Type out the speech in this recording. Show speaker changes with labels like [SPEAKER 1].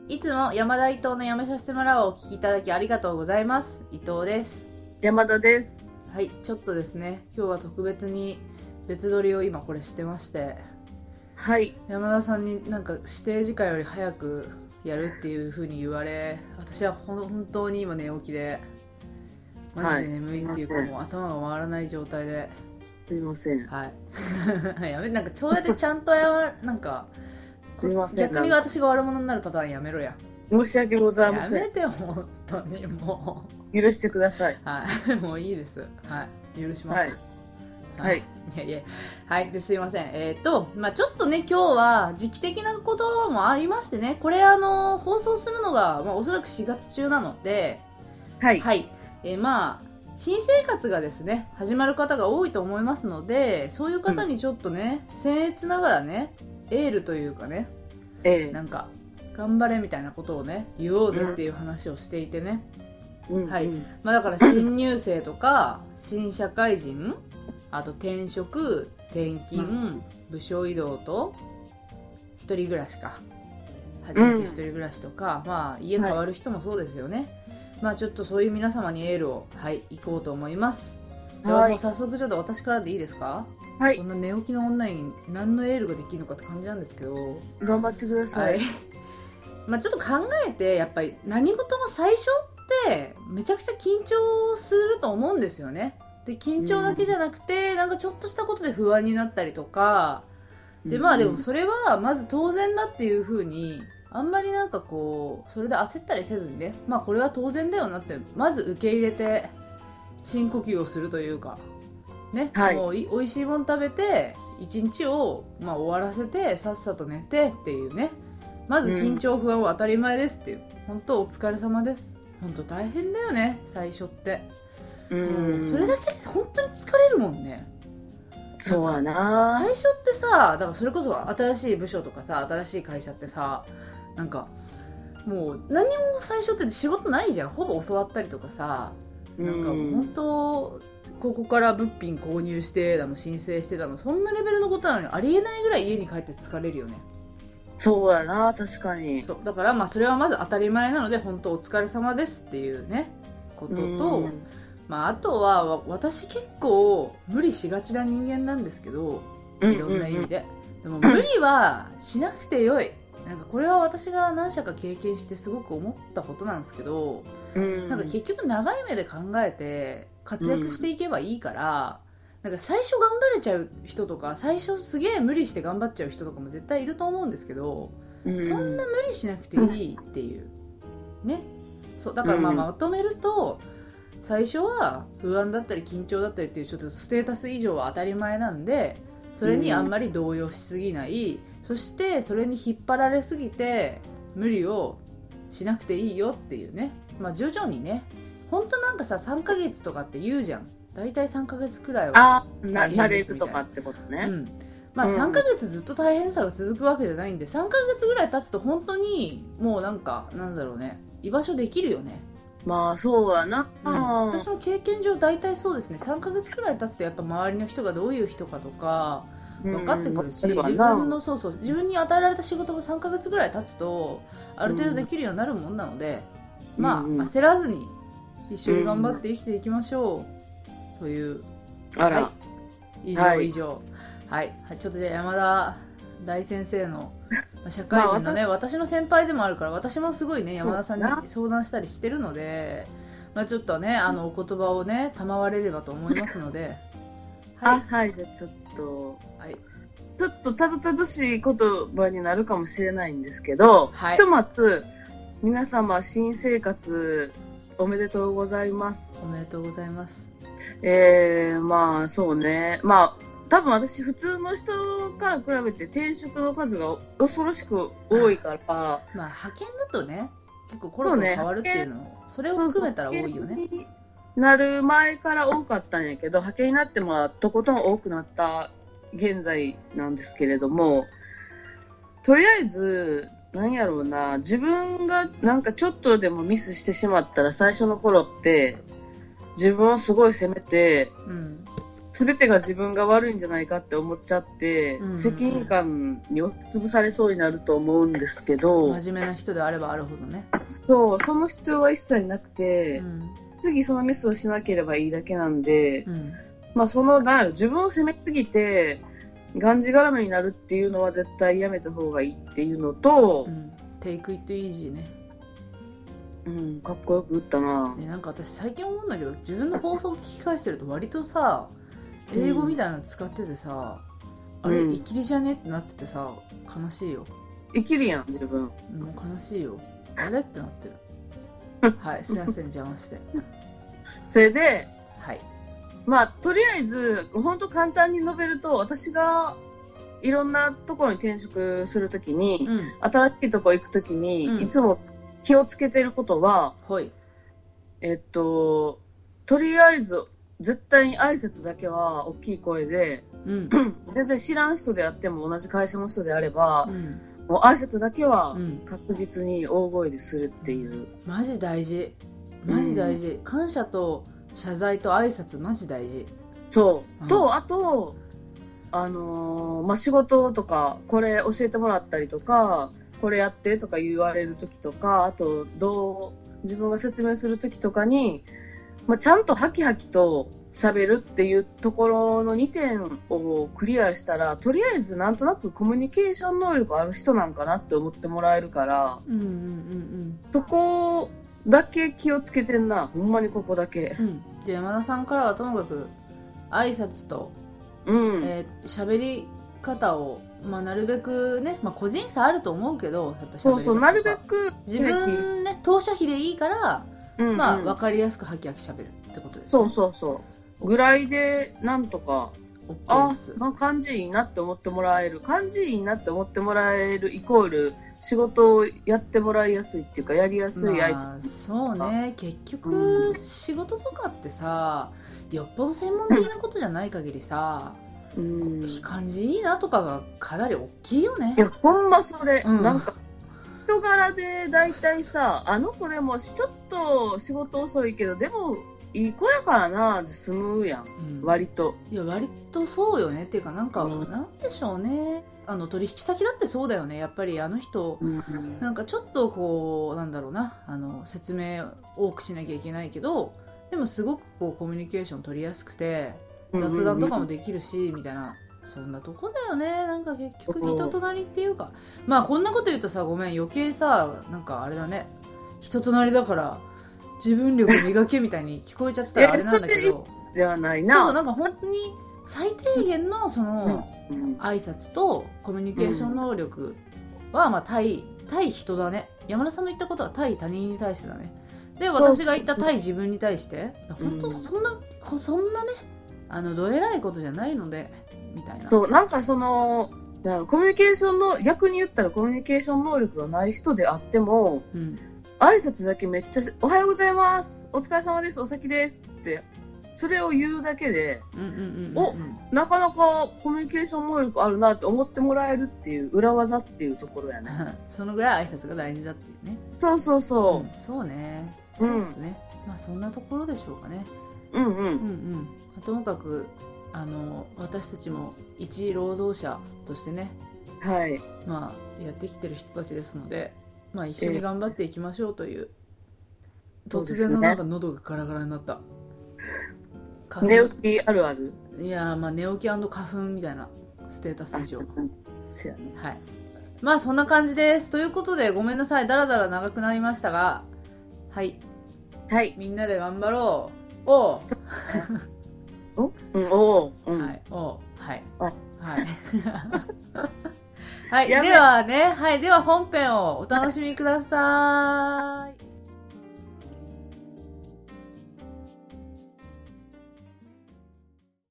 [SPEAKER 1] いつも山田伊藤の辞めさせてもらおうをお聞きいただきありがとうございます。伊藤です。
[SPEAKER 2] 山田です。
[SPEAKER 1] はい、ちょっとですね、今日は特別に別撮りを今これしてまして、
[SPEAKER 2] はい。
[SPEAKER 1] 山田さんになんか指定時間より早くやるっていう風に言われ、私は本当に今寝起きでマジで眠いっていうか、もう頭が回らない状態で、
[SPEAKER 2] すいません。
[SPEAKER 1] はいやめ、なんかそうやってちゃんとなんか
[SPEAKER 2] すいません。
[SPEAKER 1] 逆に私が悪者になるパターンやめろや。
[SPEAKER 2] 申し訳ございません。
[SPEAKER 1] やめてよ、本当にも
[SPEAKER 2] 許してください。
[SPEAKER 1] はい、もういいです。はい、許します。
[SPEAKER 2] はい。はい。
[SPEAKER 1] いやいや、はい、ですいません。まあちょっとね、今日は時期的なこともありましてね、これ放送するのが、おそらく4月中なので、
[SPEAKER 2] はい。
[SPEAKER 1] はい、まあ新生活がですね、始まる方が多いと思いますので、そういう方にちょっとね、僭越ながらね、エールというかね、なんか頑張れみたいなことをね、言おうぜっていう話をしていてね、はい、まあだから新入生とか新社会人、あと転職、転勤、部署移動と一人暮らしか、初めて一人暮らしとか、まあ家変わる人もそうですよね。まあちょっとそういう皆様にエールを、はい、行こうと思います。じゃあもう早速ちょっと私からでいいですか？はい。こんな寝起きの女に何のエールができるのかって感じなんですけど。
[SPEAKER 2] 頑張ってください。
[SPEAKER 1] はい、まあちょっと考えて、やっぱり何事も最初ってめちゃくちゃ緊張すると思うんですよね。で、緊張だけじゃなくて、なんかちょっとしたことで不安になったりとか、で、まあでもそれはまず当然だっていう風に、あんまりなんかこうそれで焦ったりせずにね、まあこれは当然だよなってまず受け入れて深呼吸をするというかね、はい、もうおいしいもの食べて一日を終わらせてさっさと寝てっていうね、まず緊張不安は当たり前ですっていう、本当お疲れ様です。本当大変だよね最初って。もうそれだけで本当に疲れるもんね。
[SPEAKER 2] そうやな。
[SPEAKER 1] 最初ってさ、だからそれこそ新しい部署とかさ、新しい会社ってさ、なんかもう何も最初って仕事ないじゃん。ほぼ教わったりとかさ、なんか本当ここから物品購入してだの申請してだの、そんなレベルのことなのにありえないぐらい家に帰って疲れるよね。
[SPEAKER 2] そうやな、確かに。
[SPEAKER 1] そうだから、それはまず当たり前なので本当お疲れ様ですっていうねことと、あとは私結構無理しがちな人間なんですけど、いろんな意味で、でも無理はしなくてよい。なんかこれは私が何社か経験してすごく思ったことなんですけど、なんか結局長い目で考えて活躍していけばいいから、なんか最初頑張れちゃう人とか、最初すげえ無理して頑張っちゃう人とかも絶対いると思うんですけど、そんな無理しなくていいっていうね。そうだからまとめると、最初は不安だったり緊張だったりっていうちょっとステータス以上は当たり前なんで、それにあんまり動揺しすぎない、そしてそれに引っ張られすぎて無理をしなくていいよっていうね。徐々にね、本当なんかさ3ヶ月とかって言うじゃん。だいたい3ヶ月くらいは
[SPEAKER 2] 慣れるとかってことね。
[SPEAKER 1] 3ヶ月ずっと大変さが続くわけじゃないんで、3ヶ月ぐらい経つと本当にもうなんだろうね、居場所できるよね。
[SPEAKER 2] まあそうやな、
[SPEAKER 1] 私の経験上大体そうですね。3ヶ月くらい経つとやっぱ周りの人がどういう人かとか分かってくるし、自分に与えられた仕事が3ヶ月ぐらい経つとある程度できるようになるもんなので、焦らずに一緒に頑張って生きていきましょうという、以上、はい、ちょっとじゃあ山田大先生の社会人のね、私の先輩でもあるから、私もすごいね山田さんに相談したりしてるので、ちょっとねお言葉をね賜れればと思いますので、
[SPEAKER 2] じゃあちょっと、ちょっとたどたどしい言葉になるかもしれないんですけど、ひとまず皆様新生活おめでとうございます。
[SPEAKER 1] おめでとうございます。
[SPEAKER 2] そうね、多分私普通の人から比べて転職の数が恐ろしく多いから
[SPEAKER 1] 派遣だとね結構コロコロ変わるっていうのも、それを含めたら多いよね。
[SPEAKER 2] なる前から多かったんやけど、派遣になってもとことん多くなった現在なんですけれども、とりあえずなんやろうな、自分がなんかちょっとでもミスしてしまったら最初の頃って自分をすごい責めて、 全てが自分が悪いんじゃないかって思っちゃって、責任感に押しつぶされそうになると思うんですけど、
[SPEAKER 1] 真面目な人であればあるほどね。
[SPEAKER 2] そう、その必要は一切なくて、次そのミスをしなければいいだけなんで、まあ自分を責めすぎて、がんじがらめになるっていうのは絶対やめた方がいいっていうのと、
[SPEAKER 1] Take it easy ね。
[SPEAKER 2] かっこよく言ったな。
[SPEAKER 1] なんか私最近思うんだけど、自分の放送を聞き返してると割とさ、英語みたいなの使っててさ、あれ、イキリじゃねってなっててさ、悲しいよ。
[SPEAKER 2] イキリやん、自分。
[SPEAKER 1] もう悲しいよ。あれってなってる。はい、すいません、邪魔して。
[SPEAKER 2] それで、
[SPEAKER 1] はい。
[SPEAKER 2] まあ、とりあえず、ほんと簡単に述べると、私がいろんなところに転職するときに、新しいとこ行くときに、いつも気をつけてることは、とりあえず、絶対に挨拶だけは大きい声で、全然知らん人であっても同じ会社の人であれば、もう挨拶だけは確実に大声でするっていう。
[SPEAKER 1] マジ大事。マジ大事。感謝と謝罪と挨拶マジ大事。
[SPEAKER 2] そう。と、あと、まあ、仕事とか、これ教えてもらったりとか、これやってとか言われるときとか、あと、自分が説明するときとかに、まあ、ちゃんとハキハキと喋るっていうところの2点をクリアしたら、とりあえずなんとなくコミュニケーション能力ある人なんかなって思ってもらえるから、そこだけ気をつけてんな。ほんまにここだけ。
[SPEAKER 1] じゃあ山田さんからはともかく挨拶と喋り方を、まあ、なるべくね、まあ、個人差あると思うけど、やっぱ
[SPEAKER 2] そうそう、なるべく
[SPEAKER 1] 自分ね、当社費でいいから、まあ分かりやすくハキハキ喋るってことですね。
[SPEAKER 2] そうそうそうぐらいでなんとか、まあ、感じいいなって思ってもらえる、感じいいなって思ってもらえるイコール仕事をやってもらいやすいっていうか、やりやすい相手、
[SPEAKER 1] まあ、そうね。結局、仕事とかってさ、よっぽど専門的なことじゃない限りさ、感じいいなとかがかなり大きいよね。
[SPEAKER 2] いやほんまそれ、なんか人柄で大体さ、あの子でもちょっと仕事遅いけどでもいい子やからなで済むやん、割と。
[SPEAKER 1] いや割とそうよね。っていうかなんか、なんでしょうね、取引先だってそうだよね。やっぱりあの人、なんかちょっとこうなんだろうな、説明多くしなきゃいけないけど、でもすごくこうコミュニケーション取りやすくて雑談とかもできるし、みたいな、そんなとこだよね。なんか結局人となりっていうか、まあこんなこと言うとさ、ごめん、余計さ、なんかあれだね、人となりだから自分力磨けみたいに聞こえちゃってたらあれなんだけど
[SPEAKER 2] ではないな。
[SPEAKER 1] そう、なんか本当に最低限のその挨拶とコミュニケーション能力は、まあ対人だね。山田さんの言ったことは対他人に対してだね。で、私が言った対自分に対して、本当そんなね、どえらいことじゃないのでみたいな。
[SPEAKER 2] そう、なんかそのコミュニケーションの、逆に言ったらコミュニケーション能力がない人であっても、挨拶だけめっちゃ「おはようございます、お疲れ様です、お先です」ってそれを言うだけで、なかなかコミュニケーション能力あるなって思ってもらえるっていう裏技っていうところやね。
[SPEAKER 1] そのぐらい挨拶が大事だっていうね。
[SPEAKER 2] そうそうそう、
[SPEAKER 1] そうね、そうですね。まあそんなところでしょうかね。ともかく私たちも一労働者としてね、まあやってきてる人たちですので、まあ一緒に頑張っていきましょうという、突然のなんか喉がガラガラになった。
[SPEAKER 2] 寝起きあるある。
[SPEAKER 1] いや、まあ寝起き&花粉みたいなステータス以上。
[SPEAKER 2] そうやね。
[SPEAKER 1] はい。まあそんな感じです。ということでごめんなさい、だらだら長くなりましたが、はい。みんなで頑張ろう。はい。ではね、では本編をお楽しみください。